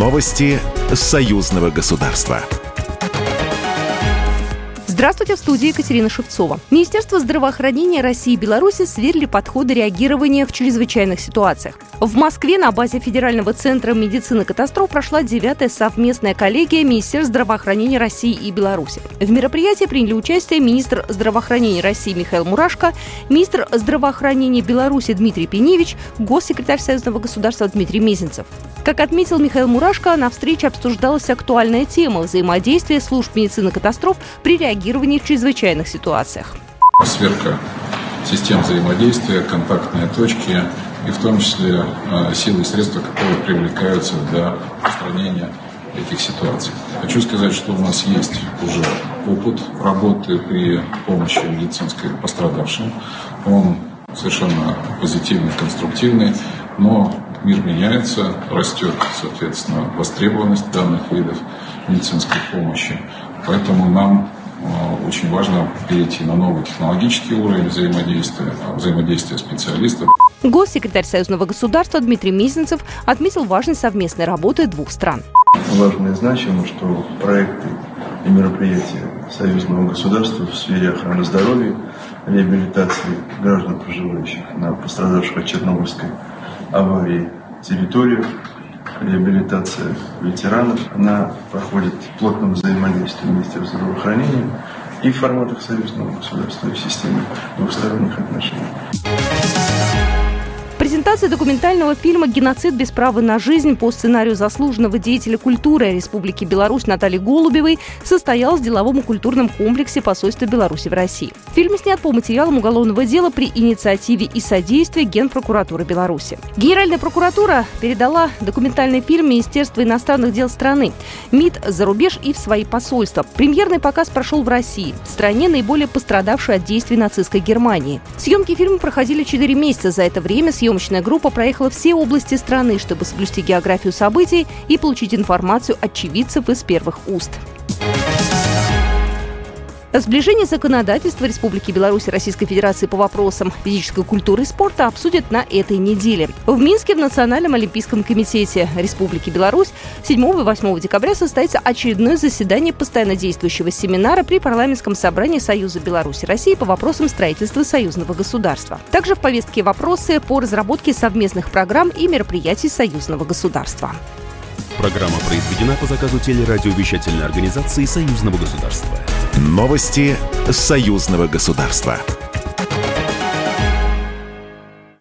Новости союзного государства. Здравствуйте, в студии Екатерина Шевцова. Министерство здравоохранения России и Беларуси сверили подходы реагирования в чрезвычайных ситуациях. В Москве на базе Федерального центра медицины катастроф прошла 9-я совместная коллегия Министерств здравоохранения России и Беларуси. В мероприятии приняли участие министр здравоохранения России Михаил Мурашко, министр здравоохранения Беларуси Дмитрий Пеневич, госсекретарь союзного государства Дмитрий Мезенцев. Как отметил Михаил Мурашко, на встрече обсуждалась актуальная тема взаимодействия служб медицины катастроф при реагировании в чрезвычайных ситуациях. Сверка систем взаимодействия, контактные точки и в том числе силы и средства, которые привлекаются для устранения этих ситуаций. Хочу сказать, что у нас есть уже опыт работы при помощи медицинской пострадавшим. Он совершенно позитивный, конструктивный, но мир меняется, растет, соответственно, востребованность данных видов медицинской помощи. Поэтому нам очень важно перейти на новый технологический уровень взаимодействия специалистов. Госсекретарь союзного государства Дмитрий Мезенцев отметил важность совместной работы двух стран. Важно и значимо, что проекты и мероприятия союзного государства в сфере охраны здоровья, реабилитации граждан, проживающих на пострадавших от Чернобыльской аварии территориях, реабилитация ветеранов, она проходит в плотном взаимодействии Министерства здравоохранения и в форматах союзного государства, и в системе двусторонних отношений. Презентация документального фильма «Геноцид без права на жизнь» по сценарию заслуженного деятеля культуры Республики Беларусь Натальи Голубевой состоялась в деловом и культурном комплексе посольства Беларуси в России. Фильм снят по материалам уголовного дела при инициативе и содействии Генпрокуратуры Беларуси. Генеральная прокуратура передала документальный фильм Министерству иностранных дел страны, МИД за рубеж и в свои посольства. Премьерный показ прошел в России, стране, наиболее пострадавшей от действий нацистской Германии. Съемки фильма проходили 4 месяца. За это время съемочная группа проехала все области страны, чтобы соблюсти географию событий и получить информацию очевидцев из первых уст. Сближение законодательства Республики Беларусь и Российской Федерации по вопросам физической культуры и спорта обсудят на этой неделе. В Минске в Национальном олимпийском комитете Республики Беларусь 7 и 8 декабря состоится очередное заседание постоянно действующего семинара при парламентском собрании Союза Беларуси и России по вопросам строительства союзного государства. Также в повестке вопросы по разработке совместных программ и мероприятий союзного государства. Программа произведена по заказу телерадиовещательной организации союзного государства. Новости союзного государства.